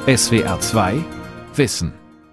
SWR 2 Wissen.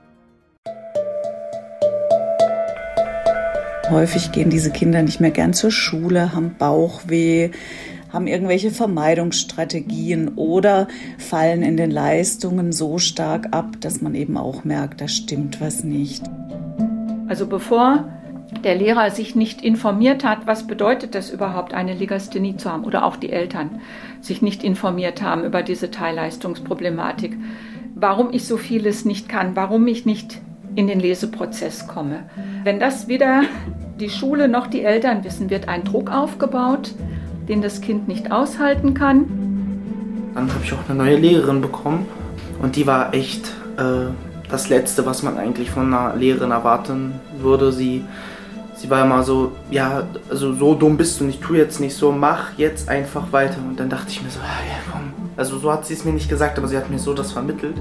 Häufig gehen diese Kinder nicht mehr gern zur Schule, haben Bauchweh, haben irgendwelche Vermeidungsstrategien oder fallen in den Leistungen so stark ab, dass man eben auch merkt, da stimmt was nicht. Also bevor der Lehrer sich nicht informiert hat, was bedeutet das überhaupt, eine Legasthenie zu haben, oder auch die Eltern sich nicht informiert haben über diese Teilleistungsproblematik, warum ich so vieles nicht kann, warum ich nicht in den Leseprozess komme. Wenn das weder die Schule noch die Eltern wissen, wird ein Druck aufgebaut, den das Kind nicht aushalten kann. Dann habe ich auch eine neue Lehrerin bekommen und die war echt das Letzte, was man eigentlich von einer Lehrerin erwarten würde. Sie war immer so, ja, also so dumm bist du nicht, tu jetzt nicht so, mach jetzt einfach weiter. Und dann dachte ich mir so, ja komm. Also so hat sie es mir nicht gesagt, aber sie hat mir so das vermittelt.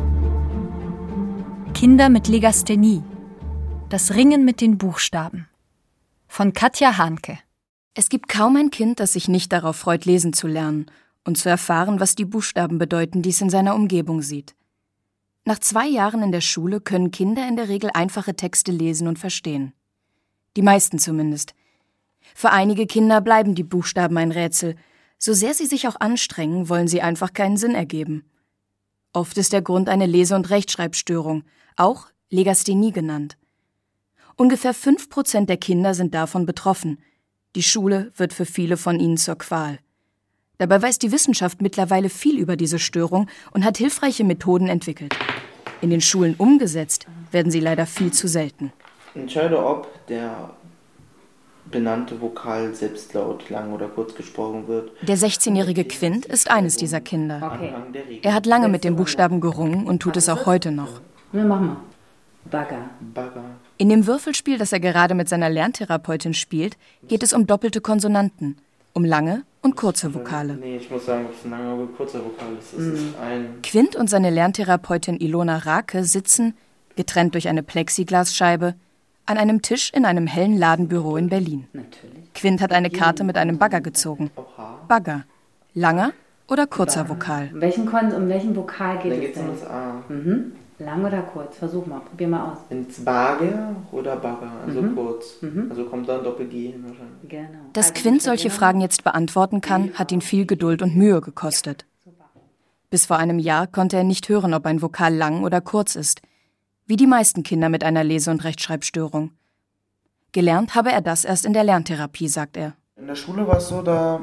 Kinder mit Legasthenie. Das Ringen mit den Buchstaben. Von Katja Hahnke. Es gibt kaum ein Kind, das sich nicht darauf freut, lesen zu lernen und zu erfahren, was die Buchstaben bedeuten, die es in seiner Umgebung sieht. Nach 2 Jahren in der Schule können Kinder in der Regel einfache Texte lesen und verstehen. Die meisten zumindest. Für einige Kinder bleiben die Buchstaben ein Rätsel. So sehr sie sich auch anstrengen, wollen sie einfach keinen Sinn ergeben. Oft ist der Grund eine Lese- und Rechtschreibstörung, auch Legasthenie genannt. Ungefähr 5% der Kinder sind davon betroffen. Die Schule wird für viele von ihnen zur Qual. Dabei weiß die Wissenschaft mittlerweile viel über diese Störung und hat hilfreiche Methoden entwickelt. In den Schulen umgesetzt werden sie leider viel zu selten. Entscheide, ob der benannte Vokal selbstlaut, lang oder kurz gesprochen wird. Der 16-jährige Quint ist eines dieser Kinder. Okay. Er hat lange mit den Buchstaben gerungen und tut es auch heute noch. Na, mach mal. Bagger. In dem Würfelspiel, das er gerade mit seiner Lerntherapeutin spielt, geht es um doppelte Konsonanten, um lange und kurze Vokale. Nee, ich muss sagen, was ein langer oder kurzer Vokal ist. Es ist ein... Quint und seine Lerntherapeutin Ilona Rake sitzen, getrennt durch eine Plexiglasscheibe, an einem Tisch in einem hellen Ladenbüro in Berlin. Natürlich. Quint hat eine Karte mit einem Bagger gezogen. Bagger. Langer oder kurzer Vokal? Um welchen Vokal geht Dann es geht es um denn? das A. Lang oder kurz? Versuch mal, probier mal aus. Ins Bagger oder Bagger, also kurz. Also kommt da ein Doppel-G hin wahrscheinlich. Genau. Dass Quint solche Fragen jetzt beantworten kann, hat ihn viel Geduld und Mühe gekostet. Bis vor einem Jahr konnte er nicht hören, ob ein Vokal lang oder kurz ist. Wie die meisten Kinder mit einer Lese- und Rechtschreibstörung. Gelernt habe er das erst in der Lerntherapie, sagt er. In der Schule war es so, da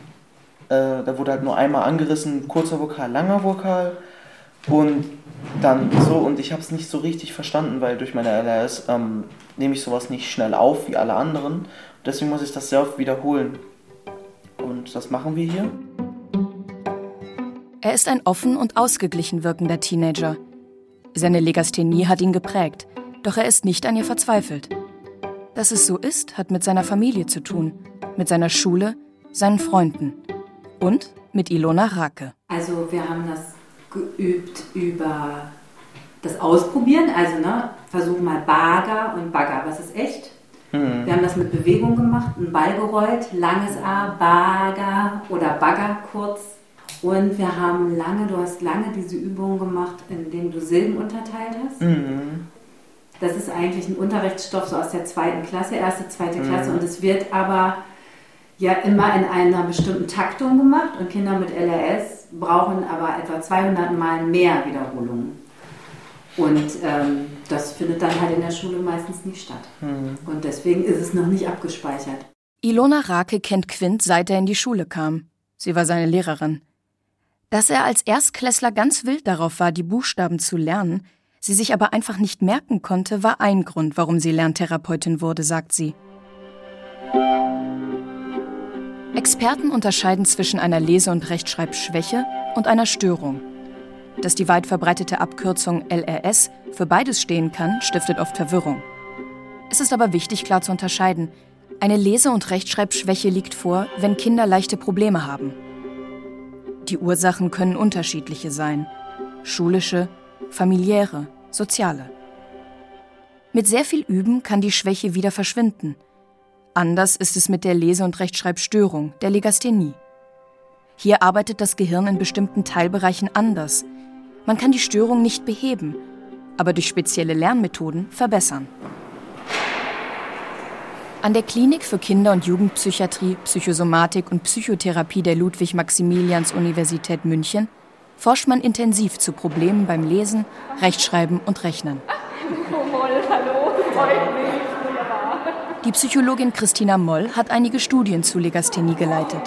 wurde halt nur einmal angerissen, kurzer Vokal, langer Vokal. Und dann so, und ich habe es nicht so richtig verstanden, weil durch meine LRS nehme ich sowas nicht schnell auf wie alle anderen. Deswegen muss ich das sehr oft wiederholen. Und das machen wir hier. Er ist ein offen und ausgeglichen wirkender Teenager. Seine Legasthenie hat ihn geprägt, doch er ist nicht an ihr verzweifelt. Dass es so ist, hat mit seiner Familie zu tun, mit seiner Schule, seinen Freunden und mit Ilona Rake. Also wir haben das geübt über das Ausprobieren, also versuch mal Bagger und Bagger, was ist echt? Wir haben das mit Bewegung gemacht, einen Ball gerollt, langes A, Bagger oder Bagger kurz. Und wir haben du hast lange diese Übung gemacht, indem du Silben unterteilt hast. Das ist eigentlich ein Unterrichtsstoff so aus der 2. Klasse, 1., 2. Klasse. Und es wird aber ja immer in einer bestimmten Taktung gemacht. Und Kinder mit LRS brauchen aber etwa 200 Mal mehr Wiederholungen. Und das findet dann halt in der Schule meistens nicht statt. Und deswegen ist es noch nicht abgespeichert. Ilona Rake kennt Quint, seit er in die Schule kam. Sie war seine Lehrerin. Dass er als Erstklässler ganz wild darauf war, die Buchstaben zu lernen, sie sich aber einfach nicht merken konnte, war ein Grund, warum sie Lerntherapeutin wurde, sagt sie. Experten unterscheiden zwischen einer Lese- und Rechtschreibschwäche und einer Störung. Dass die weit verbreitete Abkürzung LRS für beides stehen kann, stiftet oft Verwirrung. Es ist aber wichtig, klar zu unterscheiden. Eine Lese- und Rechtschreibschwäche liegt vor, wenn Kinder leichte Probleme haben. Die Ursachen können unterschiedliche sein. Schulische, familiäre, soziale. Mit sehr viel Üben kann die Schwäche wieder verschwinden. Anders ist es mit der Lese- und Rechtschreibstörung, der Legasthenie. Hier arbeitet das Gehirn in bestimmten Teilbereichen anders. Man kann die Störung nicht beheben, aber durch spezielle Lernmethoden verbessern. An der Klinik für Kinder- und Jugendpsychiatrie, Psychosomatik und Psychotherapie der Ludwig-Maximilians-Universität München forscht man intensiv zu Problemen beim Lesen, Rechtschreiben und Rechnen. Hallo, freut mich. Die Psychologin Christina Moll hat einige Studien zu Legasthenie geleitet.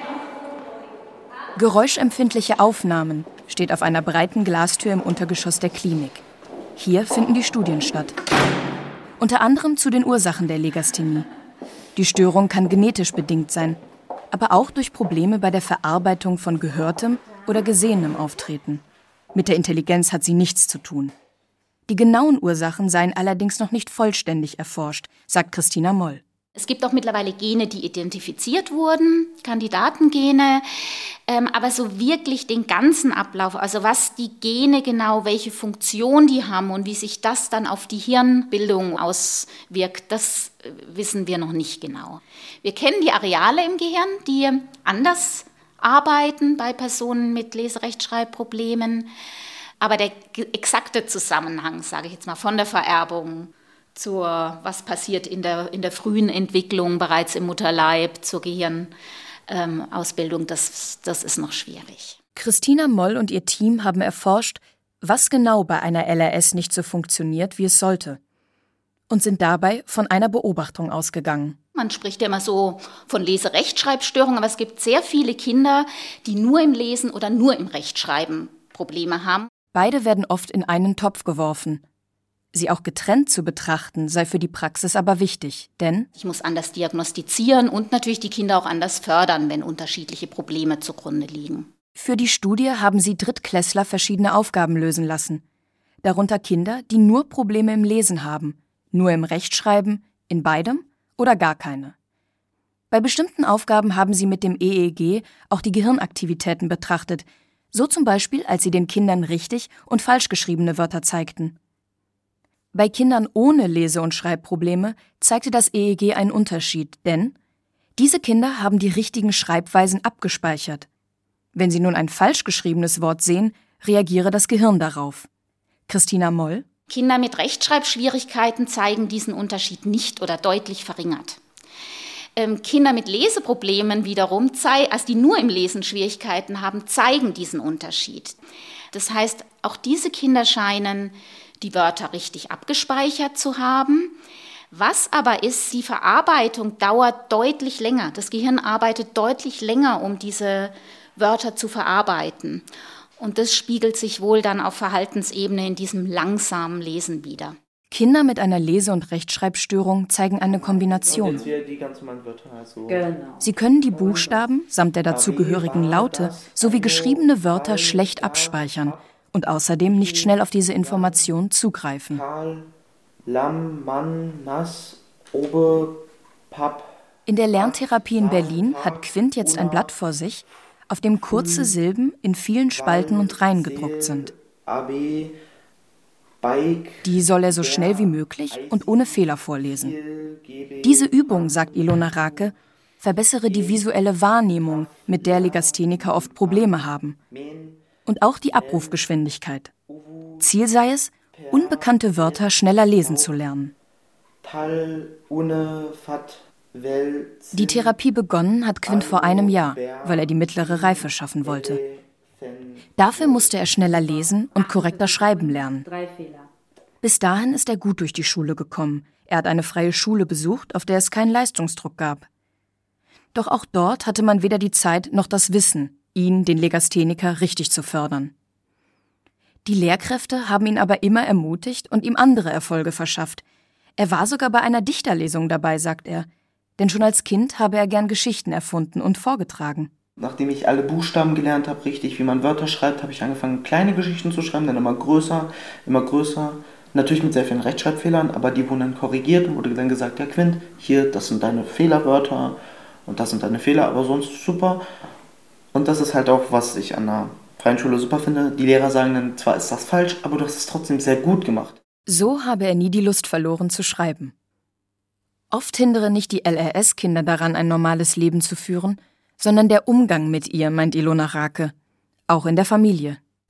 Geräuschempfindliche Aufnahmen steht auf einer breiten Glastür im Untergeschoss der Klinik. Hier finden die Studien statt. Unter anderem zu den Ursachen der Legasthenie. Die Störung kann genetisch bedingt sein, aber auch durch Probleme bei der Verarbeitung von Gehörtem oder Gesehenem auftreten. Mit der Intelligenz hat sie nichts zu tun. Die genauen Ursachen seien allerdings noch nicht vollständig erforscht, sagt Christina Moll. Es gibt auch mittlerweile Gene, die identifiziert wurden, Kandidatengene, aber so wirklich den ganzen Ablauf, also was die Gene genau, welche Funktion die haben und wie sich das dann auf die Hirnbildung auswirkt, das wissen wir noch nicht genau. Wir kennen die Areale im Gehirn, die anders arbeiten bei Personen mit Leserechtschreibproblemen. Aber der exakte Zusammenhang, sage ich jetzt mal, von der Vererbung zur, was passiert in der frühen Entwicklung bereits im Mutterleib, zur Gehirnausbildung, das ist noch schwierig. Christina Moll und ihr Team haben erforscht, was genau bei einer LRS nicht so funktioniert, wie es sollte. Und sind dabei von einer Beobachtung ausgegangen. Man spricht ja immer so von Leserechtschreibstörungen, aber es gibt sehr viele Kinder, die nur im Lesen oder nur im Rechtschreiben Probleme haben. Beide werden oft in einen Topf geworfen. Sie auch getrennt zu betrachten, sei für die Praxis aber wichtig, denn ich muss anders diagnostizieren und natürlich die Kinder auch anders fördern, wenn unterschiedliche Probleme zugrunde liegen. Für die Studie haben sie Drittklässler verschiedene Aufgaben lösen lassen. Darunter Kinder, die nur Probleme im Lesen haben, nur im Rechtschreiben, in beidem oder gar keine. Bei bestimmten Aufgaben haben sie mit dem EEG auch die Gehirnaktivitäten betrachtet, so zum Beispiel, als sie den Kindern richtig und falsch geschriebene Wörter zeigten. Bei Kindern ohne Lese- und Schreibprobleme zeigte das EEG einen Unterschied, denn diese Kinder haben die richtigen Schreibweisen abgespeichert. Wenn sie nun ein falsch geschriebenes Wort sehen, reagiere das Gehirn darauf. Christina Moll: Kinder mit Rechtschreibschwierigkeiten zeigen diesen Unterschied nicht oder deutlich verringert. Kinder mit Leseproblemen wiederum, also die nur im Lesen Schwierigkeiten haben, zeigen diesen Unterschied. Das heißt, auch diese Kinder scheinen die Wörter richtig abgespeichert zu haben. Was aber ist, die Verarbeitung dauert deutlich länger. Das Gehirn arbeitet deutlich länger, um diese Wörter zu verarbeiten. Und das spiegelt sich wohl dann auf Verhaltensebene in diesem langsamen Lesen wider. Kinder mit einer Lese- und Rechtschreibstörung zeigen eine Kombination. Sie können die Buchstaben samt der dazugehörigen Laute sowie geschriebene Wörter schlecht abspeichern und außerdem nicht schnell auf diese Information zugreifen. In der Lerntherapie in Berlin hat Quint jetzt ein Blatt vor sich, auf dem kurze Silben in vielen Spalten und Reihen gedruckt sind. Die soll er so schnell wie möglich und ohne Fehler vorlesen. Diese Übung, sagt Ilona Rake, verbessere die visuelle Wahrnehmung, mit der Legastheniker oft Probleme haben. Und auch die Abrufgeschwindigkeit. Ziel sei es, unbekannte Wörter schneller lesen zu lernen. Die Therapie begonnen hat Quint vor einem Jahr, weil er die mittlere Reife schaffen wollte. Dafür musste er schneller lesen und korrekter schreiben lernen. Bis dahin ist er gut durch die Schule gekommen. Er hat eine freie Schule besucht, auf der es keinen Leistungsdruck gab. Doch auch dort hatte man weder die Zeit noch das Wissen, ihn, den Legastheniker, richtig zu fördern. Die Lehrkräfte haben ihn aber immer ermutigt und ihm andere Erfolge verschafft. Er war sogar bei einer Dichterlesung dabei, sagt er. Denn schon als Kind habe er gern Geschichten erfunden und vorgetragen. Nachdem ich alle Buchstaben gelernt habe, richtig, wie man Wörter schreibt, habe ich angefangen, kleine Geschichten zu schreiben, dann immer größer. Natürlich mit sehr vielen Rechtschreibfehlern, aber die wurden dann korrigiert und wurde dann gesagt, ja Quint, hier, das sind deine Fehlerwörter und das sind deine Fehler, aber sonst super. Und das ist halt auch, was ich an der Freien Schule super finde. Die Lehrer sagen dann, zwar ist das falsch, aber du hast es trotzdem sehr gut gemacht. So habe er nie die Lust verloren zu schreiben. Oft hindere nicht die LRS-Kinder daran, ein normales Leben zu führen, sondern der Umgang mit ihr, meint Ilona Rake. Auch in der Familie.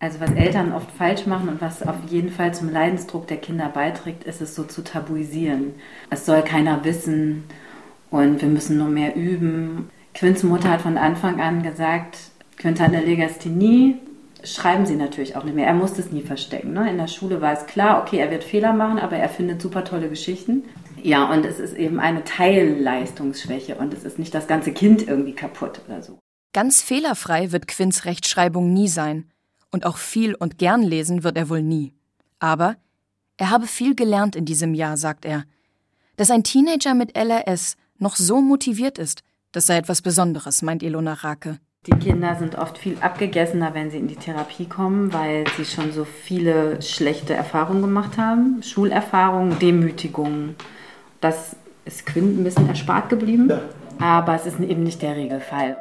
Also was Eltern oft falsch machen und was auf jeden Fall zum Leidensdruck der Kinder beiträgt, ist es so zu tabuisieren. Es soll keiner wissen und wir müssen nur mehr üben. Quints Mutter hat von Anfang an gesagt, Quint hat eine Legasthenie, schreiben sie natürlich auch nicht mehr. Er musste es nie verstecken. Ne? In der Schule war es klar, okay, er wird Fehler machen, aber er findet super tolle Geschichten. Ja, und es ist eben eine Teilleistungsschwäche und es ist nicht das ganze Kind irgendwie kaputt oder so. Ganz fehlerfrei wird Quints Rechtschreibung nie sein. Und auch viel und gern lesen wird er wohl nie. Aber er habe viel gelernt in diesem Jahr, sagt er. Dass ein Teenager mit LRS noch so motiviert ist, das sei etwas Besonderes, meint Ilona Rake. Die Kinder sind oft viel abgegessener, wenn sie in die Therapie kommen, weil sie schon so viele schlechte Erfahrungen gemacht haben. Schulerfahrungen, Demütigungen. Das ist Quint ein bisschen erspart geblieben, aber es ist eben nicht der Regelfall.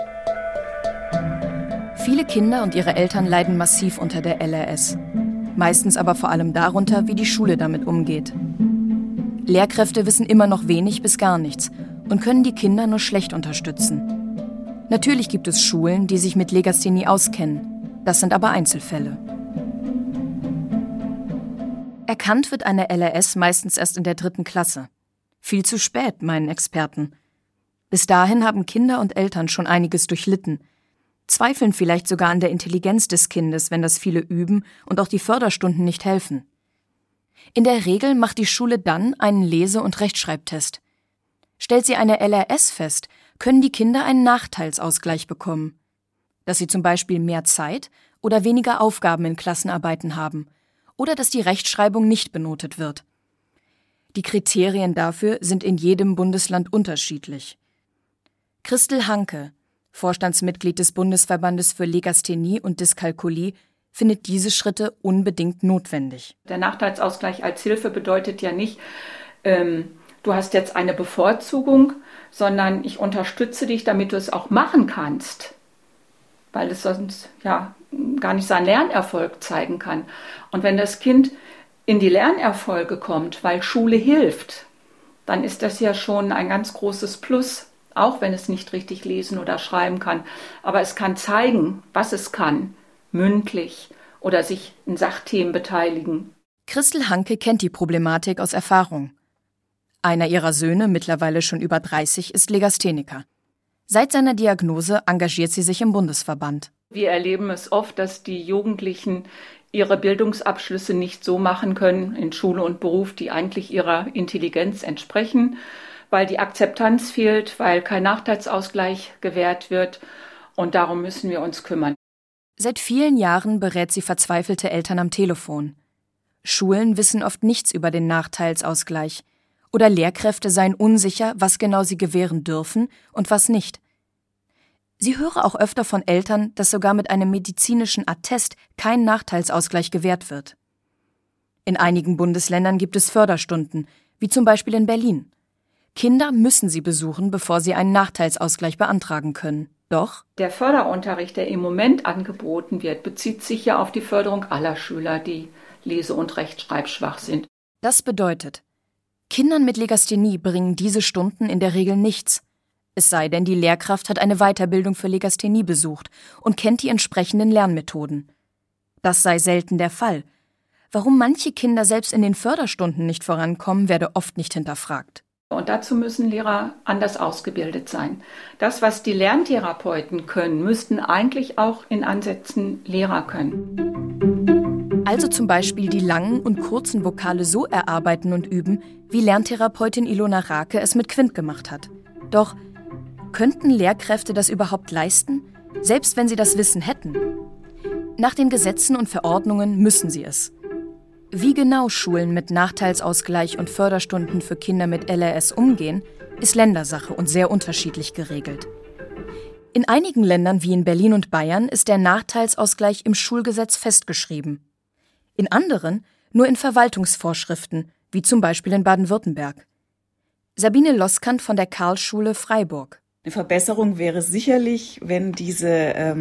Viele Kinder und ihre Eltern leiden massiv unter der LRS. Meistens aber vor allem darunter, wie die Schule damit umgeht. Lehrkräfte wissen immer noch wenig bis gar nichts und können die Kinder nur schlecht unterstützen. Natürlich gibt es Schulen, die sich mit Legasthenie auskennen. Das sind aber Einzelfälle. Erkannt wird eine LRS meistens erst in der 3. Klasse. Viel zu spät, meinen Experten. Bis dahin haben Kinder und Eltern schon einiges durchlitten. Zweifeln vielleicht sogar an der Intelligenz des Kindes, wenn das viele üben und auch die Förderstunden nicht helfen. In der Regel macht die Schule dann einen Lese- und Rechtschreibtest. Stellt sie eine LRS fest, können die Kinder einen Nachteilsausgleich bekommen. Dass sie zum Beispiel mehr Zeit oder weniger Aufgaben in Klassenarbeiten haben oder dass die Rechtschreibung nicht benotet wird. Die Kriterien dafür sind in jedem Bundesland unterschiedlich. Christel Hanke, Vorstandsmitglied des Bundesverbandes für Legasthenie und Dyskalkulie, findet diese Schritte unbedingt notwendig. Der Nachteilsausgleich als Hilfe bedeutet ja nicht, du hast jetzt eine Bevorzugung, sondern ich unterstütze dich, damit du es auch machen kannst, weil es sonst ja gar nicht seinen Lernerfolg zeigen kann. Und wenn das Kind in die Lernerfolge kommt, weil Schule hilft, dann ist das ja schon ein ganz großes Plus, auch wenn es nicht richtig lesen oder schreiben kann. Aber es kann zeigen, was es kann, mündlich oder sich in Sachthemen beteiligen. Christel Hanke kennt die Problematik aus Erfahrung. Einer ihrer Söhne, mittlerweile schon über 30, ist Legastheniker. Seit seiner Diagnose engagiert sie sich im Bundesverband. Wir erleben es oft, dass die Jugendlichen ihre Bildungsabschlüsse nicht so machen können in Schule und Beruf, die eigentlich ihrer Intelligenz entsprechen, weil die Akzeptanz fehlt, weil kein Nachteilsausgleich gewährt wird. Und darum müssen wir uns kümmern. Seit vielen Jahren berät sie verzweifelte Eltern am Telefon. Schulen wissen oft nichts über den Nachteilsausgleich. Oder Lehrkräfte seien unsicher, was genau sie gewähren dürfen und was nicht. Sie höre auch öfter von Eltern, dass sogar mit einem medizinischen Attest kein Nachteilsausgleich gewährt wird. In einigen Bundesländern gibt es Förderstunden, wie zum Beispiel in Berlin. Kinder müssen sie besuchen, bevor sie einen Nachteilsausgleich beantragen können. Doch der Förderunterricht, der im Moment angeboten wird, bezieht sich ja auf die Förderung aller Schüler, die lese- und rechtschreibschwach sind. Das bedeutet, Kindern mit Legasthenie bringen diese Stunden in der Regel nichts. Es sei denn, die Lehrkraft hat eine Weiterbildung für Legasthenie besucht und kennt die entsprechenden Lernmethoden. Das sei selten der Fall. Warum manche Kinder selbst in den Förderstunden nicht vorankommen, werde oft nicht hinterfragt. Und dazu müssen Lehrer anders ausgebildet sein. Das, was die Lerntherapeuten können, müssten eigentlich auch in Ansätzen Lehrer können. Also zum Beispiel die langen und kurzen Vokale so erarbeiten und üben, wie Lerntherapeutin Ilona Rake es mit Quint gemacht hat. Doch könnten Lehrkräfte das überhaupt leisten, selbst wenn sie das Wissen hätten? Nach den Gesetzen und Verordnungen müssen sie es. Wie genau Schulen mit Nachteilsausgleich und Förderstunden für Kinder mit LRS umgehen, ist Ländersache und sehr unterschiedlich geregelt. In einigen Ländern wie in Berlin und Bayern ist der Nachteilsausgleich im Schulgesetz festgeschrieben. In anderen nur in Verwaltungsvorschriften, wie zum Beispiel in Baden-Württemberg. Sabine Loskant von der Karlsschule Freiburg. Eine Verbesserung wäre sicherlich, wenn diese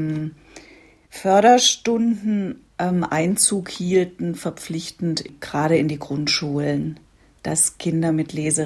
Förderstunden Einzug hielten, verpflichtend gerade in die Grundschulen, dass Kinder mit Lese-,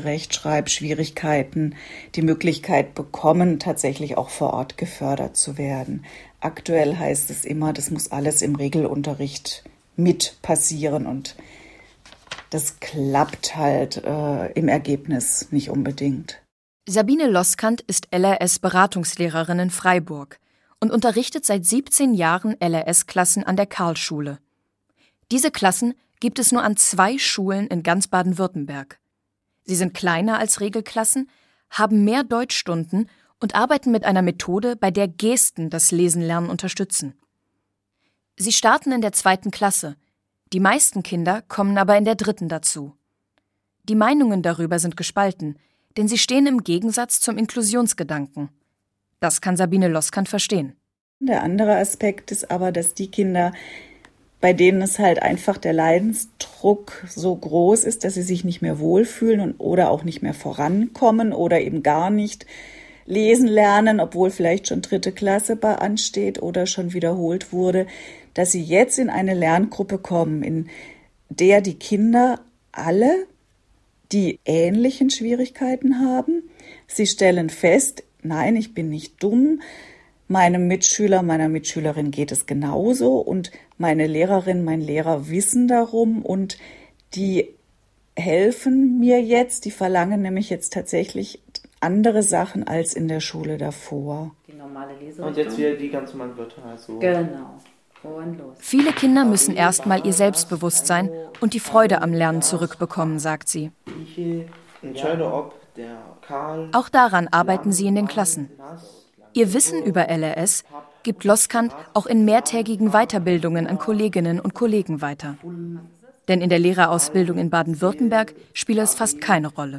Rechtschreibschwierigkeiten die Möglichkeit bekommen, tatsächlich auch vor Ort gefördert zu werden. aktuell heißt es immer, das muss alles im Regelunterricht mit passieren und das klappt halt im Ergebnis nicht unbedingt. Sabine Loskant ist LRS-Beratungslehrerin in Freiburg und unterrichtet seit 17 Jahren LRS-Klassen an der Karlsschule. Diese Klassen gibt es nur an 2 Schulen in ganz Baden-Württemberg. Sie sind kleiner als Regelklassen, haben mehr Deutschstunden und arbeiten mit einer Methode, bei der Gesten das Lesenlernen unterstützen. Sie starten in der 2. Klasse. Die meisten Kinder kommen aber in der 3. dazu. Die Meinungen darüber sind gespalten, denn sie stehen im Gegensatz zum Inklusionsgedanken. Das kann Sabine Loskant verstehen. Der andere Aspekt ist aber, dass die Kinder, bei denen es halt einfach der Leidensdruck so groß ist, dass sie sich nicht mehr wohlfühlen oder auch nicht mehr vorankommen oder eben gar nicht lesen lernen, obwohl vielleicht schon 3. Klasse ansteht oder schon wiederholt wurde, dass sie jetzt in eine Lerngruppe kommen, in der die Kinder alle die ähnlichen Schwierigkeiten haben. Sie stellen fest, nein, ich bin nicht dumm, meinem Mitschüler, meiner Mitschülerin geht es genauso und meine Lehrerin, mein Lehrer wissen darum und die helfen mir jetzt, die verlangen nämlich jetzt tatsächlich andere Sachen als in der Schule davor. Die normale Leserichtung. Und jetzt wieder die ganz normalen Wörter. Also. Genau. Und los. Viele Kinder müssen erstmal ihr Selbstbewusstsein und die Freude am Lernen zurückbekommen, sagt sie. Ich entscheide, ob der Karl... Auch daran arbeiten sie in den Klassen. Ihr Wissen über LRS gibt Loskant auch in mehrtägigen Weiterbildungen an Kolleginnen und Kollegen weiter. Denn in der Lehrerausbildung in Baden-Württemberg spielt es fast keine Rolle.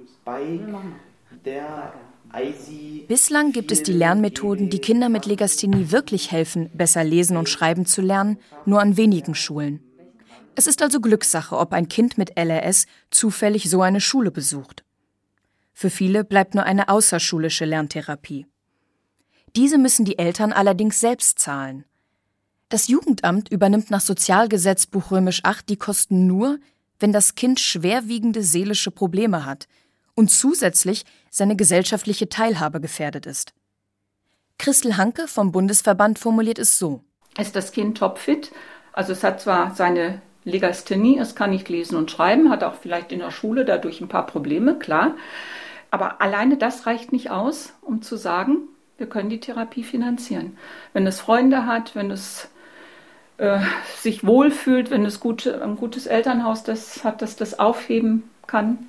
Bislang gibt es die Lernmethoden, die Kinder mit Legasthenie wirklich helfen, besser lesen und schreiben zu lernen, nur an wenigen Schulen. Es ist also Glückssache, ob ein Kind mit LRS zufällig so eine Schule besucht. Für viele bleibt nur eine außerschulische Lerntherapie. Diese müssen die Eltern allerdings selbst zahlen. Das Jugendamt übernimmt nach Sozialgesetzbuch VIII die Kosten nur, wenn das Kind schwerwiegende seelische Probleme hat und zusätzlich seine gesellschaftliche Teilhabe gefährdet ist. Christel Hanke vom Bundesverband formuliert es so: Ist das Kind topfit? Also es hat zwar seine Legasthenie, es kann nicht lesen und schreiben, hat auch vielleicht in der Schule dadurch ein paar Probleme, klar. Aber alleine das reicht nicht aus, um zu sagen, wir können die Therapie finanzieren. Wenn es Freunde hat, wenn es sich wohlfühlt, wenn es ein gutes Elternhaus hat, das aufheben kann,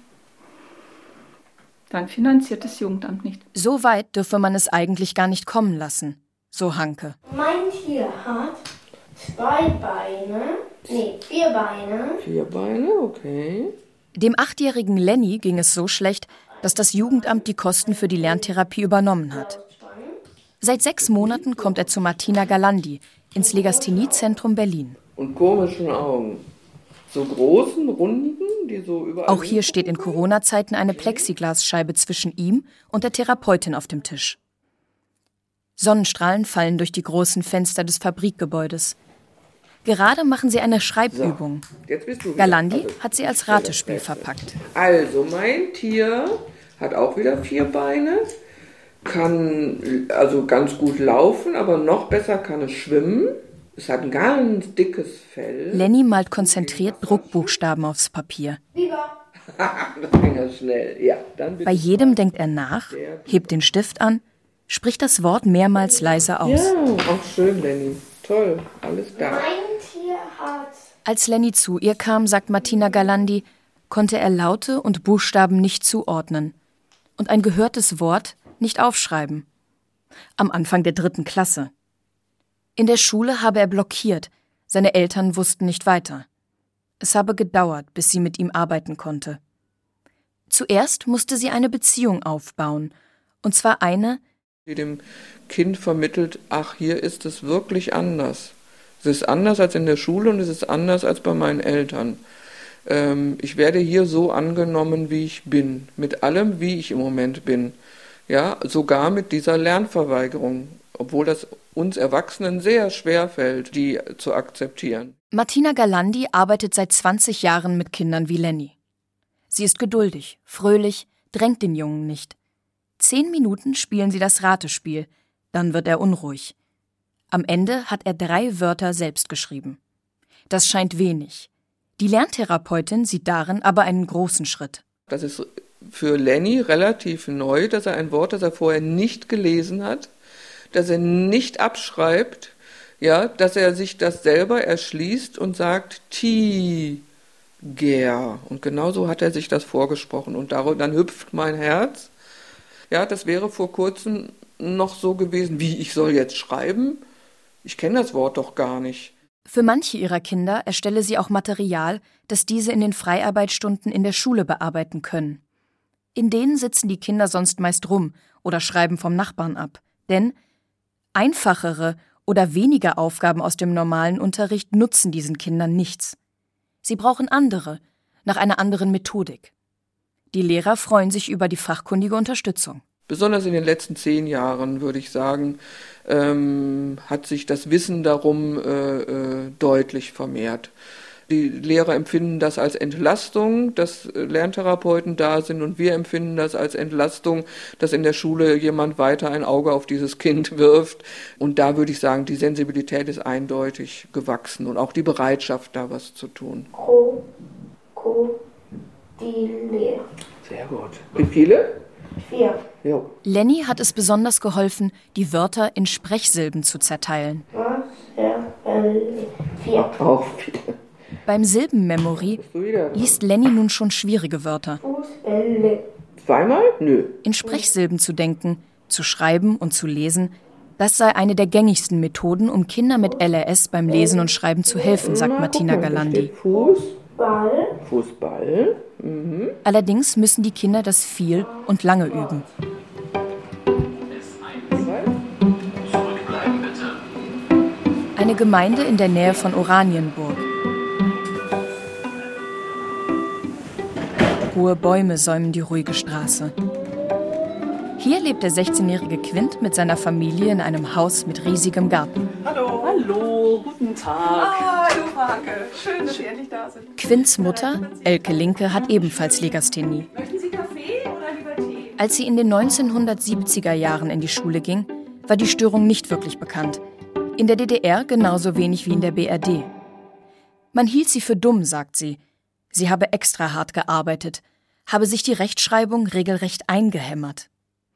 dann finanziert das Jugendamt nicht. So weit dürfe man es eigentlich gar nicht kommen lassen, so Hanke. Mein Tier hat 2 Beine, 4 Beine. 4 Beine, okay. Dem 8-jährigen Lenny ging es so schlecht, dass das Jugendamt die Kosten für die Lerntherapie übernommen hat. Seit 6 Monaten kommt er zu Martina Galandi ins Legastheniezentrum Berlin. Und komischen Augen. So großen, runden, die so überall... Auch hier steht in Corona-Zeiten eine Plexiglasscheibe zwischen ihm und der Therapeutin auf dem Tisch. Sonnenstrahlen fallen durch die großen Fenster des Fabrikgebäudes. Gerade machen sie eine Schreibübung. So, jetzt bist du wieder. Galandi hat sie als Ratespiel verpackt. Also, mein Tier hat auch wieder 4 Beine, kann also ganz gut laufen, aber noch besser kann es schwimmen. Es hat ein ganz dickes Fell. Lenny malt konzentriert Druckbuchstaben aufs Papier. Das ging ja schnell. Ja, dann Bei jedem denkt er nach, hebt den Stift an, spricht das Wort mehrmals leise aus. Ja, auch schön, Lenny. Toll, alles da. Mein Tier hat... Als Lenny zu ihr kam, sagt Martina Galandi, konnte er Laute und Buchstaben nicht zuordnen und ein gehörtes Wort nicht aufschreiben. Am Anfang der 3. Klasse. In der Schule habe er blockiert, seine Eltern wussten nicht weiter. Es habe gedauert, bis sie mit ihm arbeiten konnte. Zuerst musste sie eine Beziehung aufbauen, und zwar eine, die dem Kind vermittelt, ach, hier ist es wirklich anders. Es ist anders als in der Schule und es ist anders als bei meinen Eltern. Ich werde hier so angenommen, wie ich bin, mit allem, wie ich im Moment bin. Ja, sogar mit dieser Lernverweigerung, obwohl das uns Erwachsenen sehr schwer fällt, die zu akzeptieren. Martina Galandi arbeitet seit 20 Jahren mit Kindern wie Lenny. Sie ist geduldig, fröhlich, drängt den Jungen nicht. 10 Minuten spielen sie das Ratespiel, dann wird er unruhig. Am Ende hat er 3 Wörter selbst geschrieben. Das scheint wenig. Die Lerntherapeutin sieht darin aber einen großen Schritt. Das ist für Lenny relativ neu, dass er ein Wort, das er vorher nicht gelesen hat, dass er nicht abschreibt, ja, dass er sich das selber erschließt und sagt Tiger. Und genauso hat er sich das vorgesprochen. Und dann hüpft mein Herz. Ja, das wäre vor kurzem noch so gewesen, wie ich soll jetzt schreiben? Ich kenne das Wort doch gar nicht. Für manche ihrer Kinder erstelle sie auch Material, das diese in den Freiarbeitsstunden in der Schule bearbeiten können. In denen sitzen die Kinder sonst meist rum oder schreiben vom Nachbarn ab. Denn einfachere oder weniger Aufgaben aus dem normalen Unterricht nutzen diesen Kindern nichts. Sie brauchen andere, nach einer anderen Methodik. Die Lehrer freuen sich über die fachkundige Unterstützung. Besonders in den letzten 10 Jahren, würde ich sagen, hat sich das Wissen darum deutlich vermehrt. Die Lehrer empfinden das als Entlastung, dass Lerntherapeuten da sind, und wir empfinden das als Entlastung, dass in der Schule jemand weiter ein Auge auf dieses Kind wirft. Und da würde ich sagen, die Sensibilität ist eindeutig gewachsen und auch die Bereitschaft, da was zu tun. Krokodile. Sehr gut. Wie viele? 4. Jo. Lenny hat es besonders geholfen, die Wörter in Sprechsilben zu zerteilen. 4. Auch 4. Beim Silbenmemory liest Lenny nun schon schwierige Wörter. Fußbälle. Zweimal? Nö. In Sprechsilben zu denken, zu schreiben und zu lesen, das sei eine der gängigsten Methoden, um Kinder mit LRS beim Lesen und Schreiben zu helfen, sagt Martina Galandi. Fußball. Mhm. Allerdings müssen die Kinder das viel und lange üben. Eine Gemeinde in der Nähe von Oranienburg. Hohe Bäume säumen die ruhige Straße. Hier lebt der 16-jährige Quint mit seiner Familie in einem Haus mit riesigem Garten. Hallo. Hallo, guten Tag. Hallo, Franke. Schön, dass Sie endlich da sind. Quints Mutter, Elke Linke, hat ebenfalls Legasthenie. Möchten Sie Kaffee oder lieber Tee? Als sie in den 1970er Jahren in die Schule ging, war die Störung nicht wirklich bekannt. In der DDR genauso wenig wie in der BRD. Man hielt sie für dumm, sagt sie. Sie habe extra hart gearbeitet, habe sich die Rechtschreibung regelrecht eingehämmert.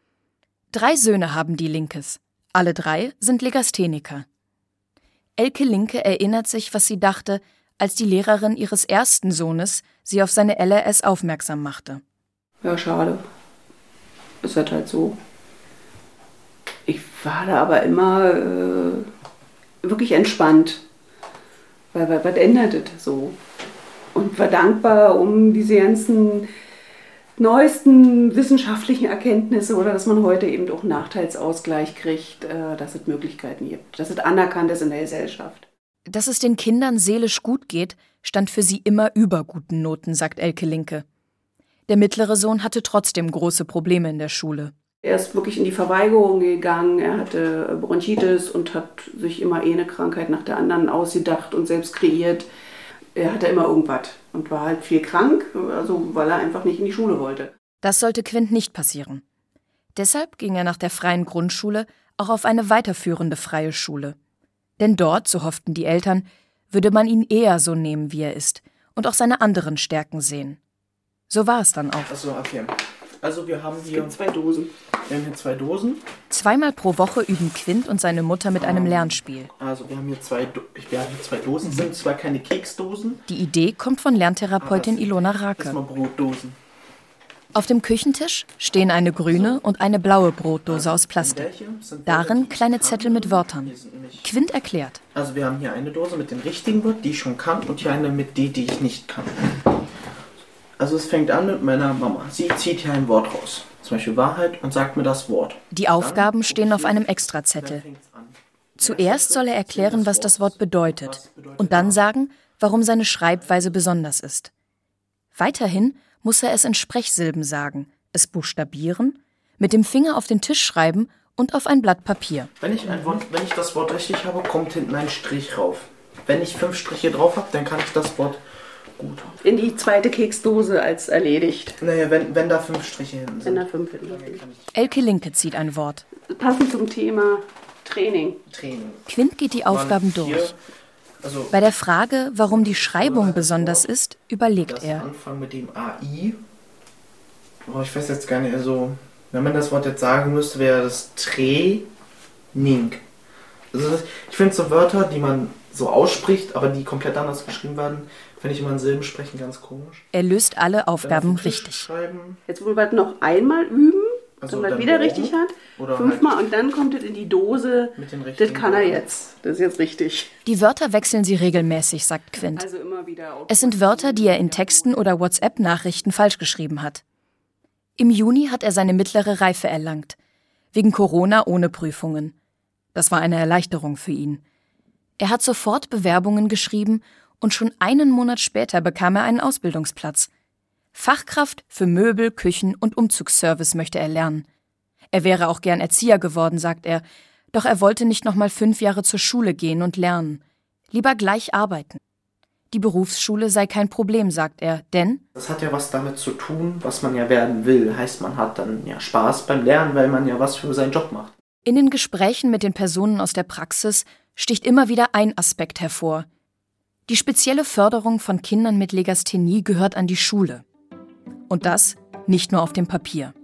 3 Söhne haben die Linkes. Alle 3 sind Legastheniker. Elke Linke erinnert sich, was sie dachte, als die Lehrerin ihres ersten Sohnes sie auf seine LRS aufmerksam machte. Ja, schade. Ist halt so. Ich war da aber immer wirklich entspannt. Weil was ändert das so? Und war dankbar um diese ganzen neuesten wissenschaftlichen Erkenntnisse oder dass man heute eben auch einen Nachteilsausgleich kriegt, dass es Möglichkeiten gibt, dass es anerkannt ist in der Gesellschaft. Dass es den Kindern seelisch gut geht, stand für sie immer über guten Noten, sagt Elke Linke. Der mittlere Sohn hatte trotzdem große Probleme in der Schule. Er ist wirklich in die Verweigerung gegangen, er hatte Bronchitis und hat sich immer eine Krankheit nach der anderen ausgedacht und selbst kreiert. Er hatte immer irgendwas und war halt viel krank, also weil er einfach nicht in die Schule wollte. Das sollte Quint nicht passieren. Deshalb ging er nach der freien Grundschule auch auf eine weiterführende freie Schule. Denn dort, so hofften die Eltern, würde man ihn eher so nehmen, wie er ist und auch seine anderen Stärken sehen. So war es dann auch. Achso, okay. Also wir haben hier 2 Dosen. Wir haben hier 2 Dosen. 2-mal pro Woche üben Quint und seine Mutter mit einem Lernspiel. Also wir haben hier 2 Dosen, sind zwar keine Keksdosen. Die Idee kommt von Lerntherapeutin Ilona Rake. Das sind Brotdosen. Auf dem Küchentisch stehen eine grüne und eine blaue Brotdose aus Plastik. Darin kleine Zettel mit Wörtern. Quint erklärt. Also wir haben hier eine Dose mit dem richtigen Wort, die ich schon kann, und hier eine mit die ich nicht kann. Also es fängt an mit meiner Mama. Sie zieht hier ein Wort raus. Zum Beispiel Wahrheit, und sagt mir das Wort. Die Aufgaben stehen auf einem Extrazettel. Zuerst soll er erklären, was das Wort bedeutet. Und dann sagen, warum seine Schreibweise besonders ist. Weiterhin muss er es in Sprechsilben sagen, es buchstabieren, mit dem Finger auf den Tisch schreiben und auf ein Blatt Papier. Wenn ich das Wort richtig habe, kommt hinten ein Strich rauf. Wenn ich 5 Striche drauf habe, dann kann ich das Wort gut in die zweite Keksdose als erledigt. Naja, wenn da 5 Striche hinten sind. Wenn da 5 hinten sind. Elke Linke zieht ein Wort. Passend zum Thema Training. Quint geht die Aufgaben durch. Bei der Frage, warum die Schreibung besonders ist, überlegt er. Anfang mit dem AI. Oh, ich weiß jetzt gar nicht, also wenn man das Wort jetzt sagen müsste, wäre das Training. Also ich finde so Wörter, die man so ausspricht, aber die komplett anders geschrieben werden, finde ich immer in Silbensprechen ganz komisch. Er löst alle Aufgaben richtig. Jetzt wollen wir noch einmal üben, also damit er wieder richtig hat. 5-mal halt und dann kommt es in die Dose. Das kann er jetzt. Das ist jetzt richtig. Die Wörter wechseln sie regelmäßig, sagt Quint. Also immer wieder. Es sind Wörter, die er in Texten oder WhatsApp-Nachrichten falsch geschrieben hat. Im Juni hat er seine mittlere Reife erlangt. Wegen Corona ohne Prüfungen. Das war eine Erleichterung für ihn. Er hat sofort Bewerbungen geschrieben und schon einen Monat später bekam er einen Ausbildungsplatz. Fachkraft für Möbel, Küchen und Umzugsservice möchte er lernen. Er wäre auch gern Erzieher geworden, sagt er, doch er wollte nicht nochmal 5 Jahre zur Schule gehen und lernen. Lieber gleich arbeiten. Die Berufsschule sei kein Problem, sagt er, denn das hat ja was damit zu tun, was man ja werden will. Heißt, man hat dann ja Spaß beim Lernen, weil man ja was für seinen Job macht. In den Gesprächen mit den Personen aus der Praxis sticht immer wieder ein Aspekt hervor. Die spezielle Förderung von Kindern mit Legasthenie gehört an die Schule. Und das nicht nur auf dem Papier.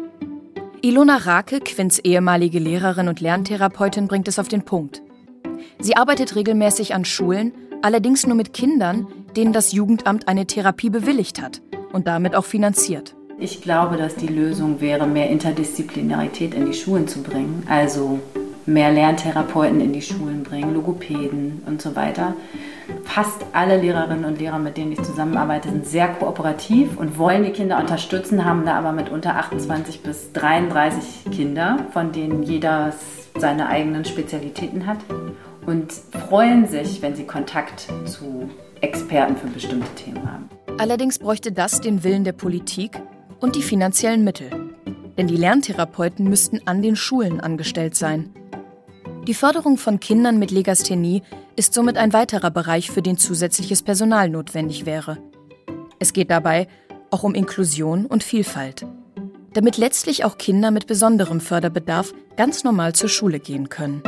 Ilona Rake, Quints ehemalige Lehrerin und Lerntherapeutin, bringt es auf den Punkt. Sie arbeitet regelmäßig an Schulen, allerdings nur mit Kindern, denen das Jugendamt eine Therapie bewilligt hat und damit auch finanziert. Ich glaube, dass die Lösung wäre, mehr Interdisziplinarität in die Schulen zu bringen. Also mehr Lerntherapeuten in die Schulen bringen, Logopäden und so weiter. Fast alle Lehrerinnen und Lehrer, mit denen ich zusammenarbeite, sind sehr kooperativ und wollen die Kinder unterstützen, haben da aber mitunter 28 bis 33 Kinder, von denen jeder seine eigenen Spezialitäten hat und freuen sich, wenn sie Kontakt zu Experten für bestimmte Themen haben. Allerdings bräuchte das den Willen der Politik und die finanziellen Mittel. Denn die Lerntherapeuten müssten an den Schulen angestellt sein. Die Förderung von Kindern mit Legasthenie ist somit ein weiterer Bereich, für den zusätzliches Personal notwendig wäre. Es geht dabei auch um Inklusion und Vielfalt, damit letztlich auch Kinder mit besonderem Förderbedarf ganz normal zur Schule gehen können.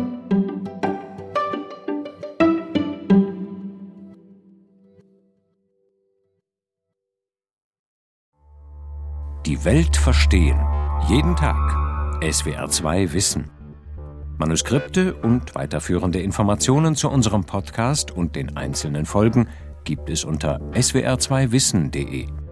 Die Welt verstehen. Jeden Tag. SWR2 Wissen. Manuskripte und weiterführende Informationen zu unserem Podcast und den einzelnen Folgen gibt es unter swr2wissen.de.